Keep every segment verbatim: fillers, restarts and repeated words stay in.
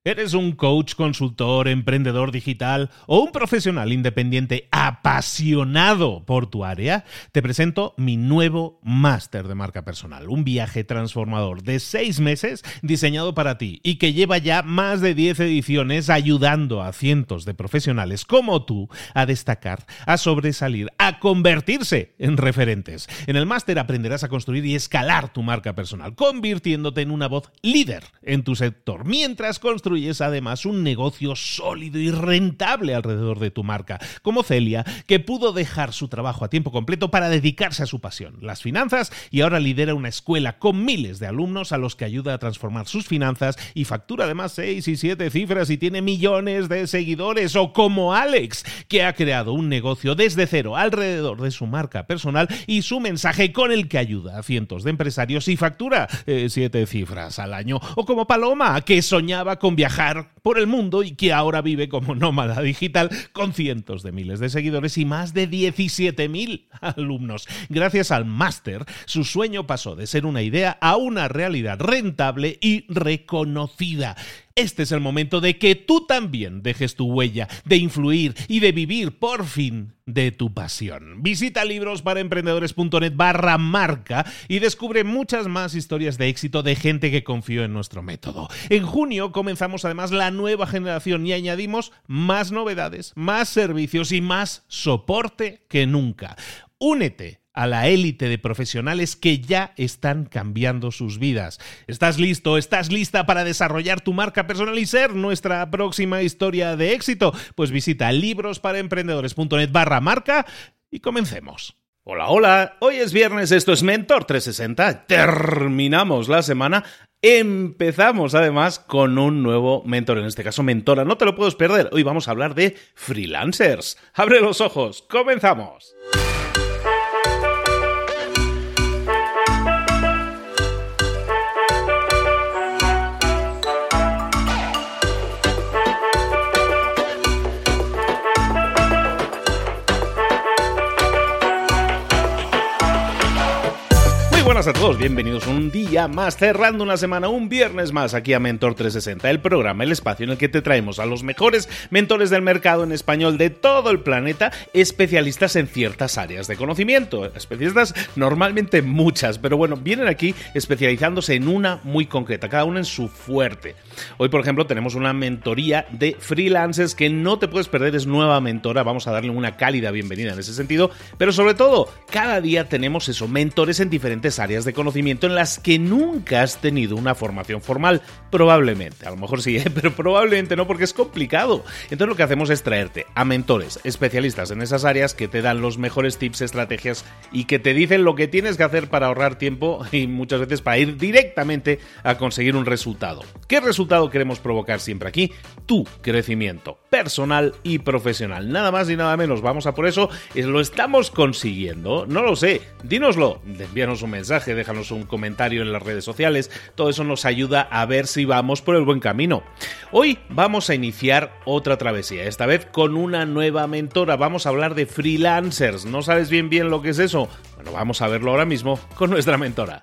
¿Eres un coach, consultor, emprendedor digital o un profesional independiente apasionado por tu área? Te presento mi nuevo máster de marca personal, un viaje transformador de seis meses diseñado para ti y que lleva ya más de diez ediciones ayudando a cientos de profesionales como tú a destacar, a sobresalir, a convertirse en referentes. En el máster aprenderás a construir y escalar tu marca personal, convirtiéndote en una voz líder en tu sector, mientras construyes además un negocio sólido y rentable alrededor de tu marca, como Celia, que pudo dejar su trabajo a tiempo completo para dedicarse a su pasión, las finanzas, y ahora lidera una escuela con miles de alumnos a los que ayuda a transformar sus finanzas y factura además seis y siete cifras y tiene millones de seguidores. O como Alex, que ha creado un negocio desde cero alrededor de su marca personal y su mensaje, con el que ayuda a cientos de empresarios y factura eh, siete cifras al año. O como Paloma, que soñaba con viajar por el mundo y que ahora vive como nómada digital con cientos de miles de seguidores y más de diecisiete mil alumnos. Gracias al máster, su sueño pasó de ser una idea a una realidad rentable y reconocida. Este es el momento de que tú también dejes tu huella, de influir y de vivir por fin de tu pasión. Visita librosparaemprendedores.net barra marca y descubre muchas más historias de éxito de gente que confió en nuestro método. En junio comenzamos además la nueva generación y añadimos más novedades, más servicios y más soporte que nunca. Únete a la élite de profesionales que ya están cambiando sus vidas. ¿Estás listo? ¿Estás lista para desarrollar tu marca personal y ser nuestra próxima historia de éxito? Pues visita librosparaemprendedores.net barra marca y comencemos. Hola, hola. Hoy es viernes, esto es Mentor trescientos sesenta. Terminamos la semana. Empezamos además con un nuevo mentor, en este caso mentora. No te lo puedes perder. Hoy vamos a hablar de freelancers. Abre los ojos. ¡Comenzamos! Buenas a todos, bienvenidos un día más, cerrando una semana, un viernes más aquí a Mentor trescientos sesenta, el programa, el espacio en el que te traemos a los mejores mentores del mercado en español de todo el planeta, especialistas en ciertas áreas de conocimiento, especialistas normalmente muchas, pero bueno, vienen aquí especializándose en una muy concreta, cada una en su fuerte. Hoy, por ejemplo, tenemos una mentoría de freelancers que no te puedes perder, es nueva mentora, vamos a darle una cálida bienvenida en ese sentido, pero sobre todo, cada día tenemos eso, mentores en diferentes áreas de conocimiento en las que nunca has tenido una formación formal, probablemente, a lo mejor sí, ¿eh? Pero probablemente no, porque es complicado. Entonces lo que hacemos es traerte a mentores especialistas en esas áreas que te dan los mejores tips, estrategias y que te dicen lo que tienes que hacer para ahorrar tiempo y muchas veces para ir directamente a conseguir un resultado. ¿Qué resultado queremos provocar siempre aquí? Tu crecimiento personal y profesional. Nada más y nada menos. Vamos a por eso. ¿Lo estamos consiguiendo? No lo sé. Dínoslo. Envíanos un mensaje, déjanos un comentario en las redes sociales. Todo eso nos ayuda a ver si vamos por el buen camino. Hoy vamos a iniciar otra travesía, esta vez con una nueva mentora. Vamos a hablar de freelancers. ¿No sabes bien bien lo que es eso? Bueno, vamos a verlo ahora mismo con nuestra mentora.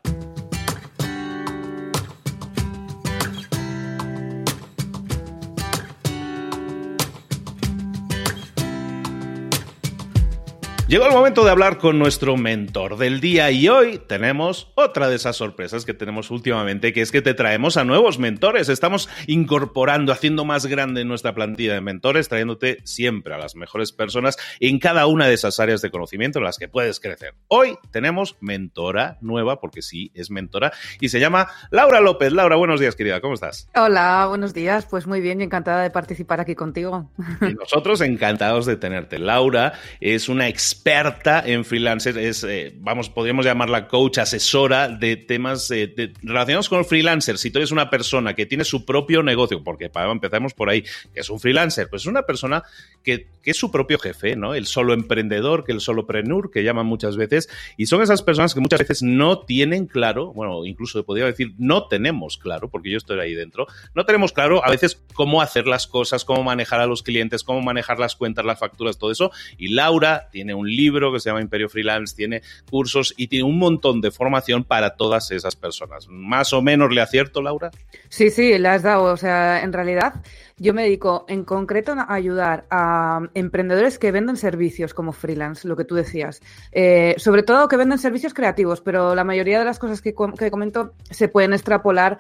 Llegó el momento de hablar con nuestro mentor del día y hoy tenemos otra de esas sorpresas que tenemos últimamente, que es que te traemos a nuevos mentores. Estamos incorporando, haciendo más grande nuestra plantilla de mentores, trayéndote siempre a las mejores personas en cada una de esas áreas de conocimiento en las que puedes crecer. Hoy tenemos mentora nueva, porque sí, es mentora, y se llama Laura López. Laura, buenos días, querida, ¿cómo estás? Hola, buenos días. Pues muy bien y encantada de participar aquí contigo. Y nosotros encantados de tenerte. Laura es una experta experta en freelancers, es, eh, vamos, podríamos llamarla coach, asesora de temas eh, de, relacionados con el freelancer. Si tú eres una persona que tiene su propio negocio, porque para, empezamos por ahí, que es un freelancer, pues es una persona que, que es su propio jefe, ¿no? El solo emprendedor, que el solopreneur, que llaman muchas veces, y son esas personas que muchas veces no tienen claro, bueno, incluso podría decir no tenemos claro, porque yo estoy ahí dentro, no tenemos claro a veces cómo hacer las cosas, cómo manejar a los clientes, cómo manejar las cuentas, las facturas, todo eso, y Laura tiene un un libro que se llama Imperio Freelance, tiene cursos y tiene un montón de formación para todas esas personas. ¿Más o menos le acierto, Laura? Sí, sí, le has dado. O sea, en realidad yo me dedico en concreto a ayudar a emprendedores que venden servicios como freelance, lo que tú decías. Eh, sobre todo que venden servicios creativos, pero la mayoría de las cosas que, com- que comento se pueden extrapolar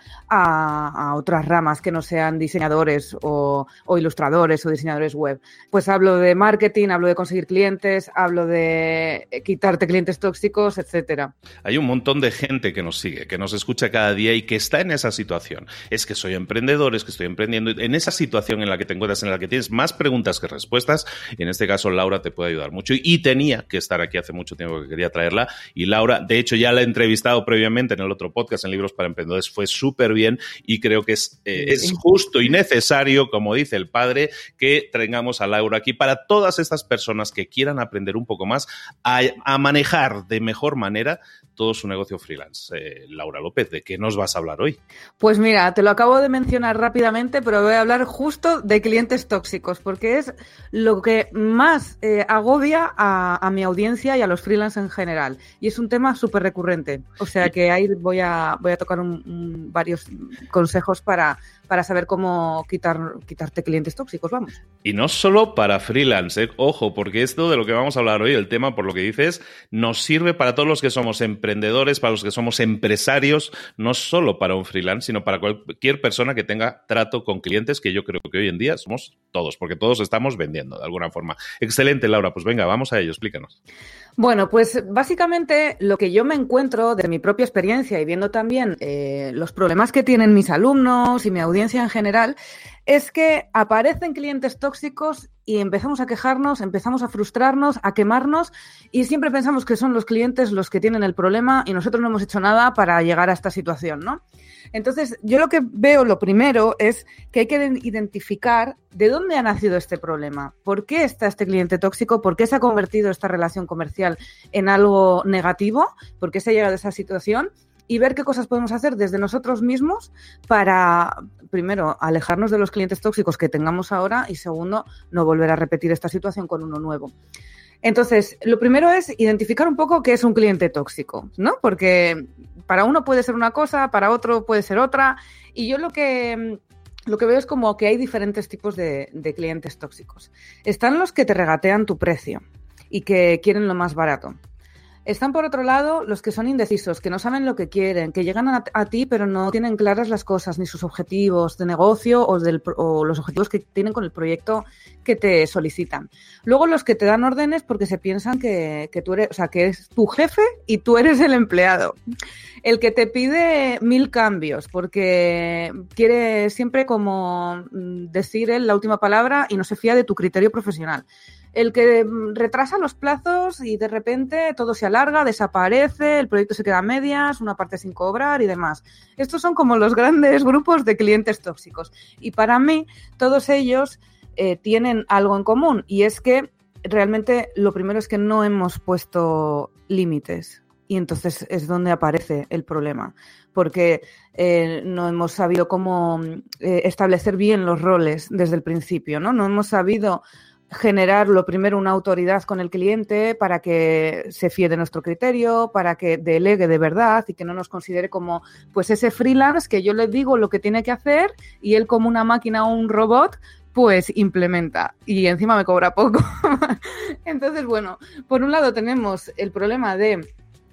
a, a otras ramas que no sean diseñadores o, o ilustradores o diseñadores web. Pues hablo de marketing, hablo de conseguir clientes, hablo de quitarte clientes tóxicos, etcétera. Hay un montón de gente que nos sigue, que nos escucha cada día y que está en esa situación. Es que soy emprendedor, es que estoy emprendiendo. En esa situación en la que te encuentras, en la que tienes más preguntas que respuestas, y en este caso Laura te puede ayudar mucho. Y tenía que estar aquí hace mucho tiempo que quería traerla. Y Laura, de hecho, ya la he entrevistado previamente en el otro podcast, en Libros para Emprendedores. Fue súper bien y creo que es, eh, es justo y necesario, como dice el padre, que traigamos a Laura aquí para todas estas personas que quieran aprender un poco más a, a manejar de mejor manera todo su negocio freelance. Eh, Laura López, ¿de qué nos vas a hablar hoy? Pues mira, te lo acabo de mencionar rápidamente, pero voy a hablar justo de clientes tóxicos, porque es lo que más eh, agobia a, a mi audiencia y a los freelance en general. Y es un tema súper recurrente. O sea que ahí voy a, voy a tocar un, un, varios consejos para, para saber cómo quitar, quitarte clientes tóxicos, vamos. Y no solo para freelance, ¿eh? Ojo, porque esto de lo que vamos a hablar hoy, el tema, por lo que dices, nos sirve para todos los que somos emprendedores, para los que somos empresarios, no solo para un freelance, sino para cualquier persona que tenga trato con clientes, que yo creo que hoy en día somos todos, porque todos estamos vendiendo de alguna forma. Excelente, Laura, pues venga, vamos a ello, explícanos. Bueno, pues básicamente lo que yo me encuentro de mi propia experiencia y viendo también eh, los problemas que tienen mis alumnos y mi audiencia en general, es que aparecen clientes tóxicos y empezamos a quejarnos, empezamos a frustrarnos, a quemarnos y siempre pensamos que son los clientes los que tienen el problema y nosotros no hemos hecho nada para llegar a esta situación, ¿no? Entonces, yo lo que veo, lo primero, es que hay que identificar de dónde ha nacido este problema, por qué está este cliente tóxico, por qué se ha convertido esta relación comercial en algo negativo, por qué se ha llegado a esa situación y ver qué cosas podemos hacer desde nosotros mismos para, primero, alejarnos de los clientes tóxicos que tengamos ahora y, segundo, no volver a repetir esta situación con uno nuevo. Entonces, lo primero es identificar un poco qué es un cliente tóxico, ¿no? Porque para uno puede ser una cosa, para otro puede ser otra. Y yo lo que, lo que veo es como que hay diferentes tipos de, de clientes tóxicos. Están los que te regatean tu precio y que quieren lo más barato. Están, por otro lado, los que son indecisos, que no saben lo que quieren, que llegan a, a ti pero no tienen claras las cosas, ni sus objetivos de negocio o, del, o los objetivos que tienen con el proyecto que te solicitan. Luego los que te dan órdenes porque se piensan que, que tú eres, o sea, que es tu jefe y tú eres el empleado. El que te pide mil cambios porque quiere siempre como decir él la última palabra y no se fía de tu criterio profesional. El que retrasa los plazos y de repente todo se alarga, desaparece, el proyecto se queda a medias, una parte sin cobrar y demás. Estos son como los grandes grupos de clientes tóxicos. Y para mí, todos ellos eh, tienen algo en común y es que realmente lo primero es que no hemos puesto límites. Y entonces es donde aparece el problema, porque eh, no hemos sabido cómo eh, establecer bien los roles desde el principio, ¿no? No hemos sabido generar lo primero una autoridad con el cliente para que se fíe de nuestro criterio, para que delegue de verdad y que no nos considere como pues ese freelance que yo le digo lo que tiene que hacer y él como una máquina o un robot pues implementa y encima me cobra poco. Entonces, bueno, por un lado tenemos el problema de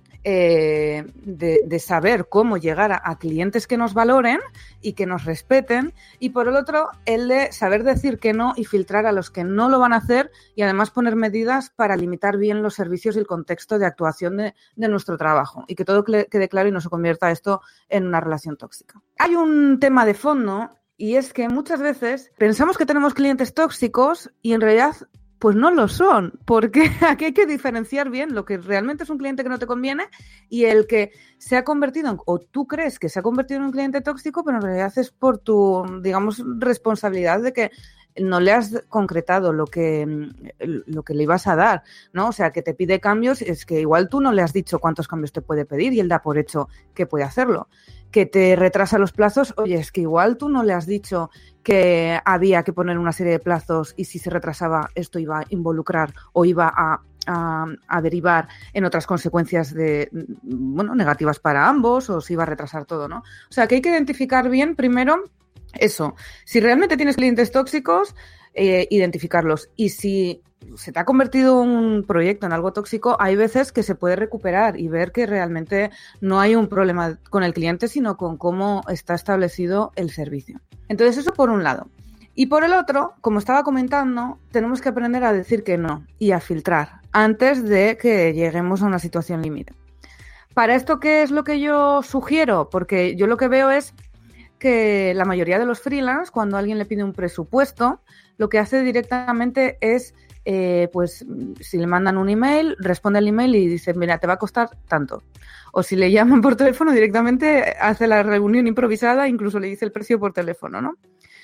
Eh, de, de saber cómo llegar a, a clientes que nos valoren y que nos respeten, y por el otro el de saber decir que no y filtrar a los que no lo van a hacer y además poner medidas para limitar bien los servicios y el contexto de actuación de, de nuestro trabajo y que todo quede claro y no se convierta esto en una relación tóxica. Hay un tema de fondo y es que muchas veces pensamos que tenemos clientes tóxicos y en realidad pues no lo son, porque aquí hay que diferenciar bien lo que realmente es un cliente que no te conviene y el que se ha convertido en, o tú crees que se ha convertido en un cliente tóxico, pero en realidad es por tu, digamos, responsabilidad de que no le has concretado lo que, lo que le ibas a dar, ¿no? O sea, que te pide cambios, es que igual tú no le has dicho cuántos cambios te puede pedir y él da por hecho que puede hacerlo. Que te retrasa los plazos, oye, es que igual tú no le has dicho que había que poner una serie de plazos y si se retrasaba esto iba a involucrar o iba a a, a derivar en otras consecuencias de, bueno, negativas para ambos o si va a retrasar todo, ¿no? O sea, que hay que identificar bien primero eso. Si realmente tienes clientes tóxicos, eh, identificarlos. Y si se te ha convertido un proyecto en algo tóxico, hay veces que se puede recuperar y ver que realmente no hay un problema con el cliente, sino con cómo está establecido el servicio. Entonces, eso por un lado. Y por el otro, como estaba comentando, tenemos que aprender a decir que no y a filtrar antes de que lleguemos a una situación límite. Para esto, ¿qué es lo que yo sugiero? Porque yo lo que veo es que la mayoría de los freelance, cuando alguien le pide un presupuesto, lo que hace directamente es, eh, pues, si le mandan un email, responde al email y dice, mira, te va a costar tanto. O si le llaman por teléfono, directamente hace la reunión improvisada, incluso le dice el precio por teléfono, ¿no?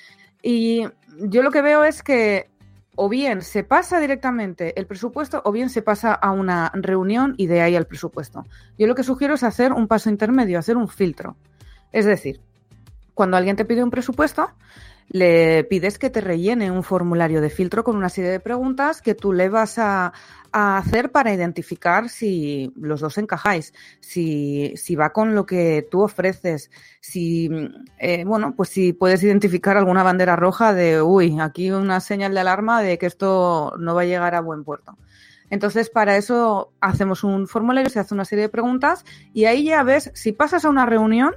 Y yo lo que veo es que o bien se pasa directamente el presupuesto o bien se pasa a una reunión y de ahí al presupuesto. Yo lo que sugiero es hacer un paso intermedio, hacer un filtro. Es decir, cuando alguien te pide un presupuesto, le pides que te rellene un formulario de filtro con una serie de preguntas que tú le vas a, a hacer para identificar si los dos encajáis, si, si va con lo que tú ofreces, si, eh, bueno, pues si puedes identificar alguna bandera roja de, uy, aquí una señal de alarma de que esto no va a llegar a buen puerto. Entonces, para eso hacemos un formulario, se hace una serie de preguntas y ahí ya ves si pasas a una reunión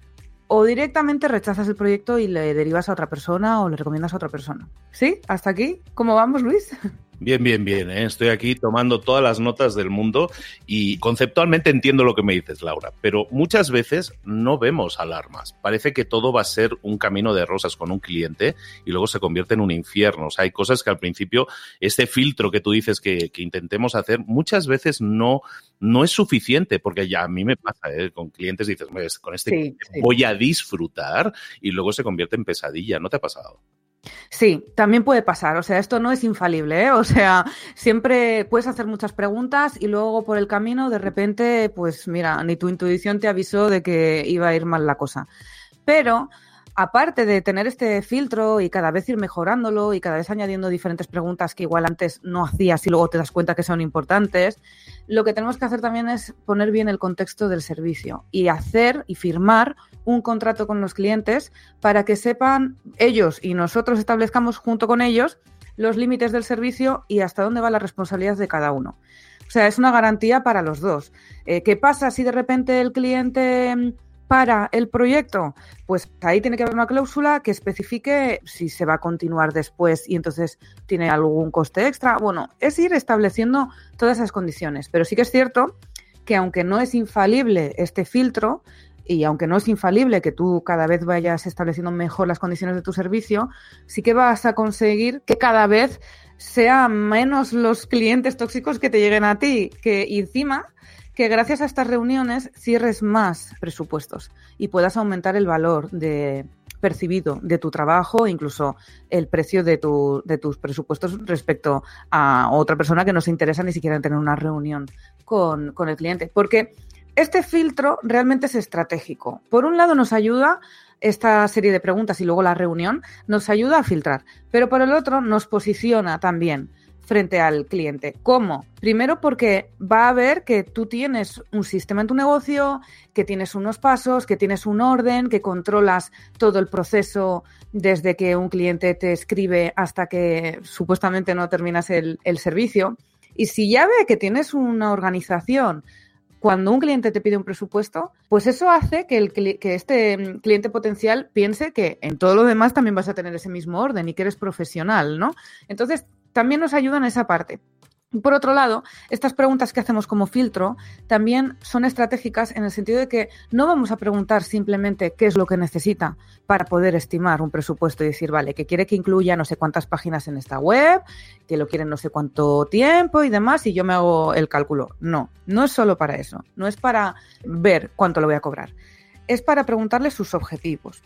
o directamente rechazas el proyecto y le derivas a otra persona o le recomiendas a otra persona. ¿Sí? ¿Hasta aquí? ¿Cómo vamos, Luis? Bien, bien, bien, ¿eh? Estoy aquí tomando todas las notas del mundo y conceptualmente entiendo lo que me dices, Laura, pero muchas veces no vemos alarmas. Parece que todo va a ser un camino de rosas con un cliente y luego se convierte en un infierno. O sea, hay cosas que al principio, este filtro que tú dices que, que intentemos hacer, muchas veces no, no es suficiente, porque ya a mí me pasa, ¿eh? Con clientes dices, con este sí, sí. voy a disfrutar y luego se convierte en pesadilla. ¿No te ha pasado? Sí, también puede pasar, o sea, esto no es infalible, ¿eh? O sea, siempre puedes hacer muchas preguntas y luego por el camino de repente, pues mira, ni tu intuición te avisó de que iba a ir mal la cosa. Pero aparte de tener este filtro y cada vez ir mejorándolo y cada vez añadiendo diferentes preguntas que igual antes no hacías y luego te das cuenta que son importantes, lo que tenemos que hacer también es poner bien el contexto del servicio y hacer y firmar un contrato con los clientes para que sepan ellos y nosotros establezcamos junto con ellos los límites del servicio y hasta dónde va la responsabilidad de cada uno. O sea, es una garantía para los dos. Eh, ¿Qué pasa si de repente el cliente para el proyecto? Pues ahí tiene que haber una cláusula que especifique si se va a continuar después y entonces tiene algún coste extra. Bueno, es ir estableciendo todas esas condiciones. Pero sí que es cierto que aunque no es infalible este filtro y aunque no es infalible que tú cada vez vayas estableciendo mejor las condiciones de tu servicio, sí que vas a conseguir que cada vez sean menos los clientes tóxicos que te lleguen a ti, que y encima que gracias a estas reuniones cierres más presupuestos y puedas aumentar el valor de, percibido de tu trabajo, incluso el precio de, tu, de tus presupuestos respecto a otra persona que no se interesa ni siquiera en tener una reunión con, con el cliente. Porque este filtro realmente es estratégico. Por un lado nos ayuda esta serie de preguntas y luego la reunión, nos ayuda a filtrar, pero por el otro nos posiciona también frente al cliente. ¿Cómo? Primero porque va a ver que tú tienes un sistema en tu negocio, que tienes unos pasos, que tienes un orden, que controlas todo el proceso desde que un cliente te escribe hasta que supuestamente no terminas el, el servicio. Y si ya ve que tienes una organización cuando un cliente te pide un presupuesto, pues eso hace que, el, que este cliente potencial piense que en todo lo demás también vas a tener ese mismo orden y que eres profesional, ¿no? Entonces, también nos ayuda en esa parte. Por otro lado, estas preguntas que hacemos como filtro también son estratégicas en el sentido de que no vamos a preguntar simplemente qué es lo que necesita para poder estimar un presupuesto y decir, vale, que quiere que incluya no sé cuántas páginas en esta web, que lo quiere no sé cuánto tiempo y demás, y yo me hago el cálculo. No, no es solo para eso, no es para ver cuánto le voy a cobrar, es para preguntarle sus objetivos.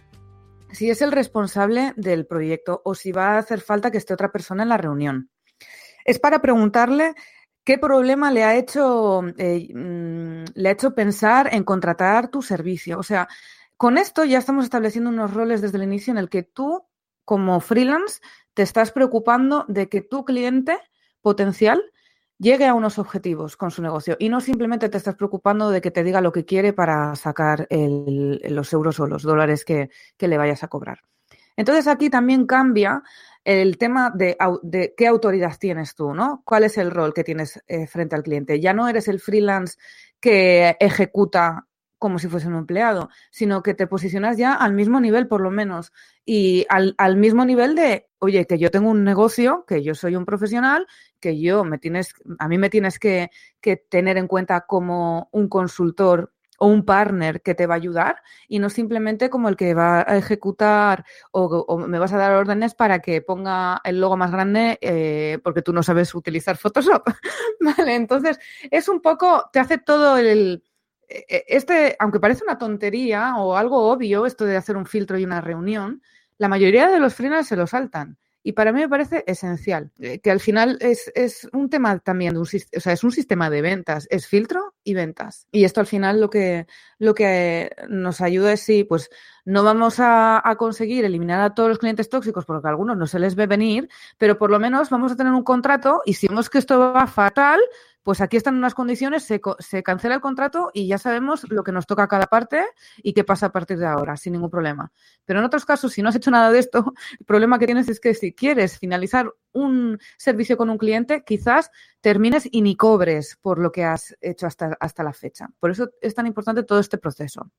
Si es el responsable del proyecto o si va a hacer falta que esté otra persona en la reunión. Es para preguntarle qué problema le ha hecho, eh, le ha hecho pensar en contratar tu servicio. O sea, con esto ya estamos estableciendo unos roles desde el inicio en el que tú, como freelance, te estás preocupando de que tu cliente potencial llegue a unos objetivos con su negocio y no simplemente te estás preocupando de que te diga lo que quiere para sacar el, los euros o los dólares que, que le vayas a cobrar. Entonces aquí también cambia el tema de, de qué autoridad tienes tú, ¿no? ¿Cuál es el rol que tienes eh, frente al cliente? Ya no eres el freelance que ejecuta como si fuese un empleado, sino que te posicionas ya al mismo nivel, por lo menos, y al, al mismo nivel de, oye, que yo tengo un negocio, que yo soy un profesional, que yo me tienes, a mí me tienes que, que tener en cuenta como un consultor o un partner que te va a ayudar y no simplemente como el que va a ejecutar o, o me vas a dar órdenes para que ponga el logo más grande eh, porque tú no sabes utilizar Photoshop. Vale, entonces es un poco, te hace todo el... Este, aunque parece una tontería o algo obvio, esto de hacer un filtro y una reunión, la mayoría de los freelancers se lo saltan. Y para mí me parece esencial, que al final es, es un tema también, de un, o sea, es un sistema de ventas, es filtro y ventas. Y esto al final lo que, lo que nos ayuda es, sí, pues no vamos a, a conseguir eliminar a todos los clientes tóxicos porque a algunos no se les ve venir, pero por lo menos vamos a tener un contrato y si vemos que esto va fatal, pues aquí están unas condiciones, se, se cancela el contrato y ya sabemos lo que nos toca a cada parte y qué pasa a partir de ahora, sin ningún problema. Pero en otros casos, si no has hecho nada de esto, el problema que tienes es que si quieres finalizar un servicio con un cliente, quizás termines y ni cobres por lo que has hecho hasta, hasta la fecha. Por eso es tan importante todo este proceso.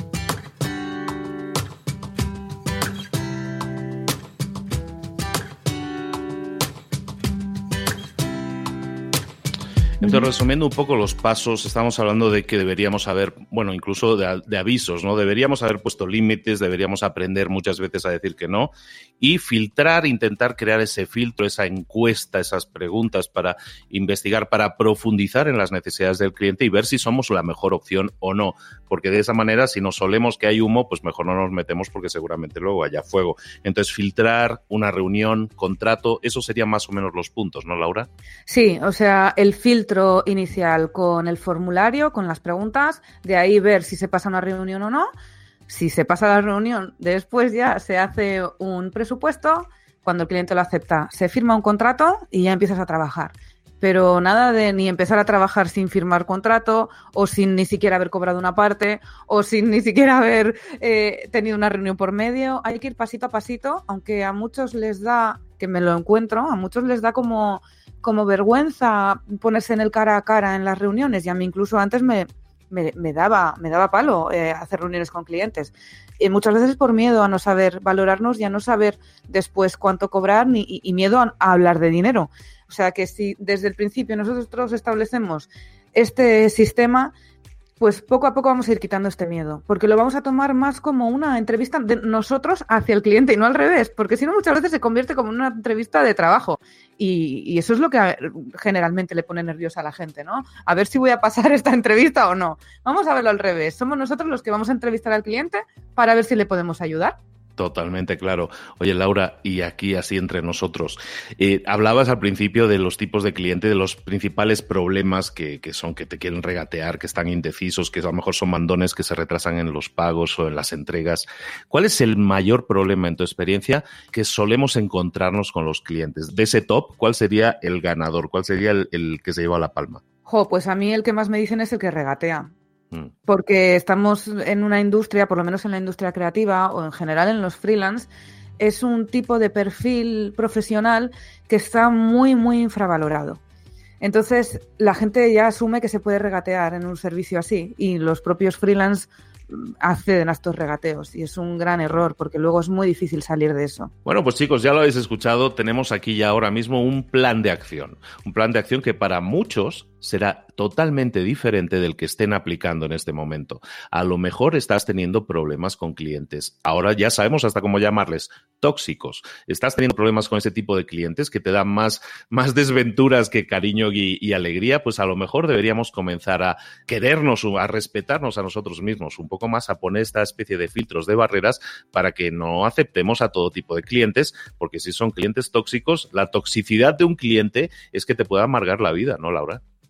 Entonces, resumiendo un poco los pasos, estamos hablando de que deberíamos haber, bueno, incluso de, de avisos, ¿no? Deberíamos haber puesto límites, deberíamos aprender muchas veces a decir que no y filtrar, intentar crear ese filtro, esa encuesta, esas preguntas para investigar, para profundizar en las necesidades del cliente y ver si somos la mejor opción o no. Porque de esa manera, si nos solemos que hay humo, pues mejor no nos metemos porque seguramente luego haya fuego. Entonces, filtrar, una reunión, contrato, esos serían más o menos los puntos, ¿no, Laura? Sí, o sea, el filtro inicial con el formulario, con las preguntas, de ahí ver si se pasa una reunión o no. Si se pasa la reunión, después ya se hace un presupuesto, cuando el cliente lo acepta, se firma un contrato y ya empiezas a trabajar. Pero nada de ni empezar a trabajar sin firmar contrato o sin ni siquiera haber cobrado una parte o sin ni siquiera haber eh, tenido una reunión por medio. Hay que ir pasito a pasito, aunque a muchos les da, que me lo encuentro, a muchos les da como... como vergüenza ponerse en el cara a cara en las reuniones y a mí incluso antes me, me, me daba me daba palo eh, hacer reuniones con clientes y muchas veces por miedo a no saber valorarnos y a no saber después cuánto cobrar ni, y, y miedo a, a hablar de dinero. O sea que si desde el principio nosotros establecemos este sistema, pues poco a poco vamos a ir quitando este miedo, porque lo vamos a tomar más como una entrevista de nosotros hacia el cliente y no al revés, porque si no muchas veces se convierte como una entrevista de trabajo y, y eso es lo que generalmente le pone nerviosa a la gente, ¿no? A ver si voy a pasar esta entrevista o no. Vamos a verlo al revés, somos nosotros los que vamos a entrevistar al cliente para ver si le podemos ayudar. Totalmente claro. Oye, Laura, y aquí así entre nosotros, eh, hablabas al principio de los tipos de cliente, de los principales problemas que, que son que te quieren regatear, que están indecisos, que a lo mejor son mandones que se retrasan en los pagos o en las entregas. ¿Cuál es el mayor problema en tu experiencia que solemos encontrarnos con los clientes? De ese top, ¿cuál sería el ganador? ¿Cuál sería el, el que se lleva la palma? Jo, pues a mí el que más me dicen es el que regatea. Porque estamos en una industria, por lo menos en la industria creativa o en general en los freelance, es un tipo de perfil profesional que está muy, muy infravalorado. Entonces, la gente ya asume que se puede regatear en un servicio así y los propios freelance acceden a estos regateos y es un gran error porque luego es muy difícil salir de eso. Bueno, pues chicos, ya lo habéis escuchado, tenemos aquí ya ahora mismo un plan de acción, un plan de acción que para muchos será totalmente diferente del que estén aplicando en este momento. A lo mejor estás teniendo problemas con clientes. Ahora ya sabemos hasta cómo llamarles, tóxicos. Estás teniendo problemas con ese tipo de clientes que te dan más, más desventuras que cariño y, y alegría, pues a lo mejor deberíamos comenzar a querernos, a respetarnos a nosotros mismos un poco más, a poner esta especie de filtros, de barreras para que no aceptemos a todo tipo de clientes, porque si son clientes tóxicos, la toxicidad de un cliente es que te puede amargar la vida, ¿no, Laura?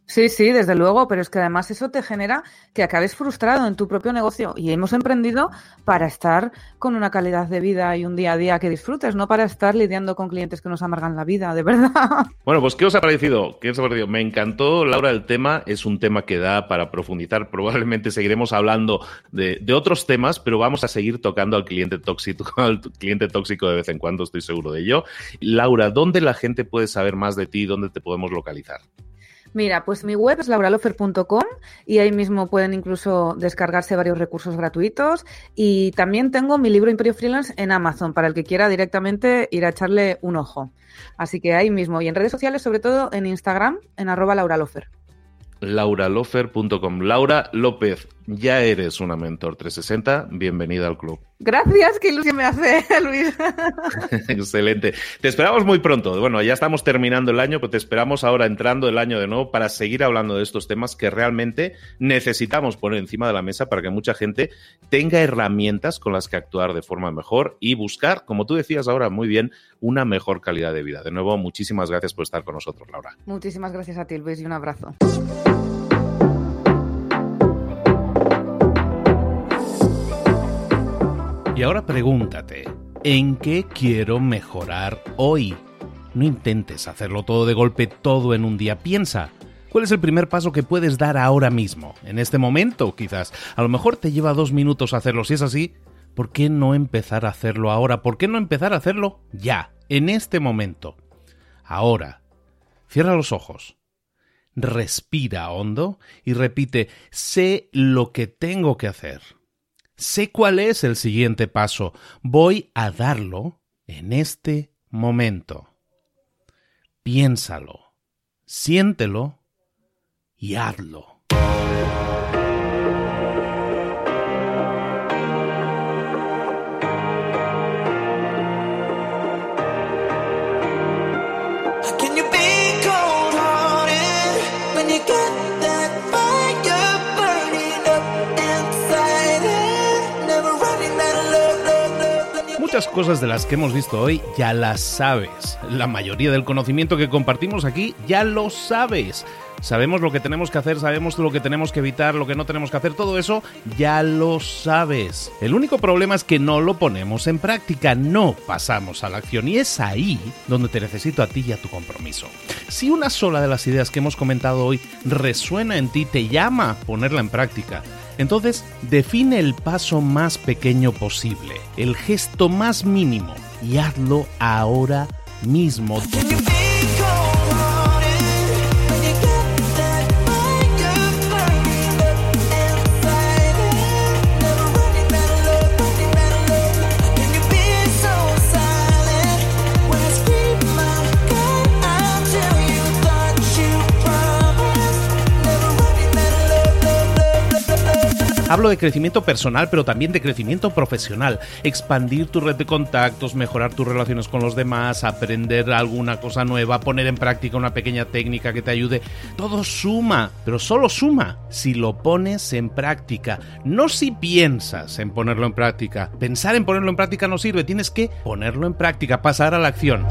Sí, sí, desde luego, pero es que además eso te genera que acabes frustrado en tu propio negocio y hemos emprendido para estar con una calidad de vida y un día a día que disfrutes, no para estar lidiando con clientes que nos amargan la vida, de verdad. Bueno, pues ¿qué os ha parecido? ¿Qué os ha parecido? Me encantó, Laura, el tema. Es un tema que da para profundizar. Probablemente seguiremos hablando de, de otros temas, pero vamos a seguir tocando al cliente tóxico, al cliente tóxico de vez en cuando, estoy seguro de ello. Laura, ¿dónde la gente puede saber más de ti? ¿Dónde te podemos localizar? Mira, pues mi web es laura lofer punto com y ahí mismo pueden incluso descargarse varios recursos gratuitos y también tengo mi libro Imperio Freelance en Amazon para el que quiera directamente ir a echarle un ojo. Así que ahí mismo y en redes sociales, sobre todo en Instagram, en arroba lauralofer. laura lofer punto com. Laura López, ya eres una Mentor trescientos sesenta. Bienvenida al club. Gracias, qué ilusión me hace, Luis. Excelente. Te esperamos muy pronto. Bueno, ya estamos terminando el año, pero te esperamos ahora entrando el año de nuevo para seguir hablando de estos temas que realmente necesitamos poner encima de la mesa para que mucha gente tenga herramientas con las que actuar de forma mejor y buscar, como tú decías ahora muy bien, una mejor calidad de vida. De nuevo, muchísimas gracias por estar con nosotros, Laura. Muchísimas gracias a ti, Luis, y un abrazo. Y ahora pregúntate, ¿en qué quiero mejorar hoy? No intentes hacerlo todo de golpe, todo en un día. Piensa, ¿cuál es el primer paso que puedes dar ahora mismo? En este momento, quizás. A lo mejor te lleva dos minutos hacerlo. Si es así, ¿por qué no empezar a hacerlo ahora? ¿Por qué no empezar a hacerlo ya, en este momento? Ahora, cierra los ojos, respira hondo y repite, sé lo que tengo que hacer. Sé cuál es el siguiente paso. Voy a darlo en este momento. Piénsalo, siéntelo y hazlo. Muchas cosas de las que hemos visto hoy ya las sabes. La mayoría del conocimiento que compartimos aquí ya lo sabes. Sabemos lo que tenemos que hacer, sabemos lo que tenemos que evitar, lo que no tenemos que hacer, todo eso ya lo sabes. El único problema es que no lo ponemos en práctica, no pasamos a la acción y es ahí donde te necesito a ti y a tu compromiso. Si una sola de las ideas que hemos comentado hoy resuena en ti, te llama a ponerla en práctica, entonces define el paso más pequeño posible, el gesto más mínimo y hazlo ahora mismo. Hablo de crecimiento personal, pero también de crecimiento profesional. Expandir tu red de contactos, mejorar tus relaciones con los demás, aprender alguna cosa nueva, poner en práctica una pequeña técnica que te ayude. Todo suma, pero solo suma si lo pones en práctica. No si piensas en ponerlo en práctica. Pensar en ponerlo en práctica no sirve. Tienes que ponerlo en práctica, pasar a la acción.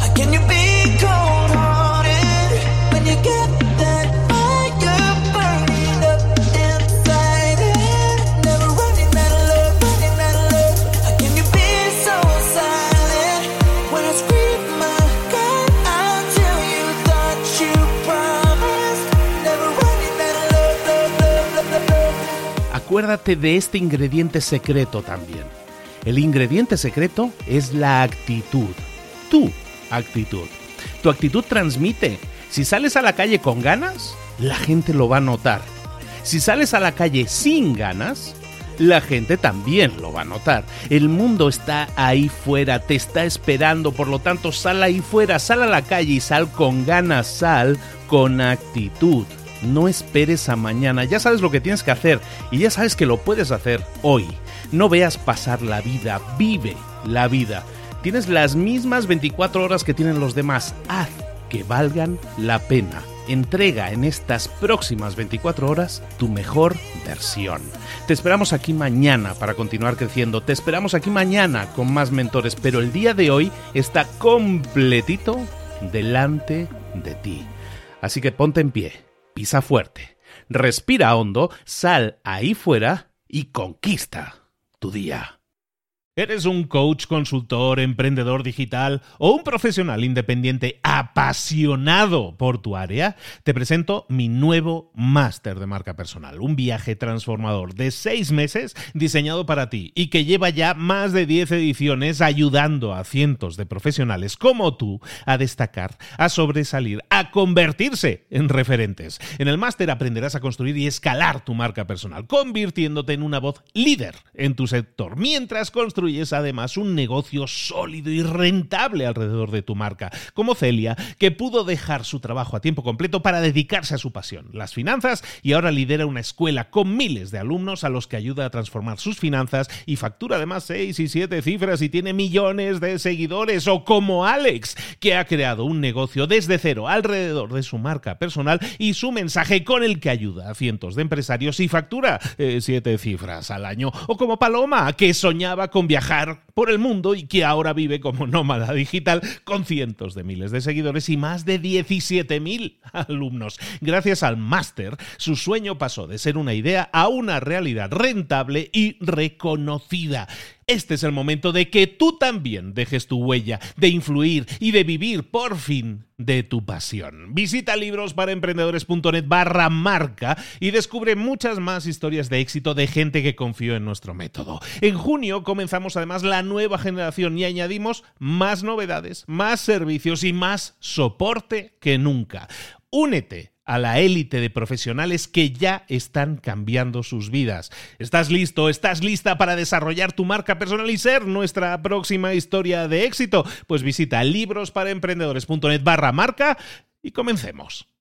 Acuérdate de este ingrediente secreto también. El ingrediente secreto es la actitud. Tu actitud. Tu actitud transmite. Si sales a la calle con ganas, la gente lo va a notar. Si sales a la calle sin ganas, la gente también lo va a notar. El mundo está ahí fuera, te está esperando, por lo tanto sal ahí fuera, sal a la calle y sal con ganas, sal con actitud. No esperes a mañana, ya sabes lo que tienes que hacer y ya sabes que lo puedes hacer hoy. No veas pasar la vida, vive la vida. Tienes las mismas veinticuatro horas que tienen los demás, haz que valgan la pena. Entrega en estas próximas veinticuatro horas tu mejor versión. Te esperamos aquí mañana para continuar creciendo, te esperamos aquí mañana con más mentores, pero el día de hoy está completito delante de ti. Así que ponte en pie. pisa fuerte, respira hondo, sal ahí fuera y conquista tu día. ¿Eres un coach, consultor, emprendedor digital o un profesional independiente apasionado por tu área? Te presento mi nuevo máster de marca personal, un viaje transformador de seis meses diseñado para ti y que lleva ya más de diez ediciones ayudando a cientos de profesionales como tú a destacar, a sobresalir, a convertirse en referentes. En el máster aprenderás a construir y escalar tu marca personal, convirtiéndote en una voz líder en tu sector, mientras construyes es además un negocio sólido y rentable alrededor de tu marca, como Celia, que pudo dejar su trabajo a tiempo completo para dedicarse a su pasión, las finanzas, y ahora lidera una escuela con miles de alumnos a los que ayuda a transformar sus finanzas y factura además seis y siete cifras y tiene millones de seguidores, o como Alex, que ha creado un negocio desde cero alrededor de su marca personal y su mensaje con el que ayuda a cientos de empresarios y factura eh, siete cifras al año, o como Paloma, que soñaba con viajar viajar por el mundo y que ahora vive como nómada digital con cientos de miles de seguidores y más de diecisiete mil alumnos. Gracias al máster, su sueño pasó de ser una idea a una realidad rentable y reconocida. Este es el momento de que tú también dejes tu huella, de influir y de vivir por fin de tu pasión. Visita librosparaemprendedores.net barra marca y descubre muchas más historias de éxito de gente que confió en nuestro método. En junio comenzamos además la nueva generación y añadimos más novedades, más servicios y más soporte que nunca. Únete a la élite de profesionales que ya están cambiando sus vidas. ¿Estás listo? ¿Estás lista para desarrollar tu marca personal y ser nuestra próxima historia de éxito? Pues visita librosparaemprendedores.net barra marca y comencemos.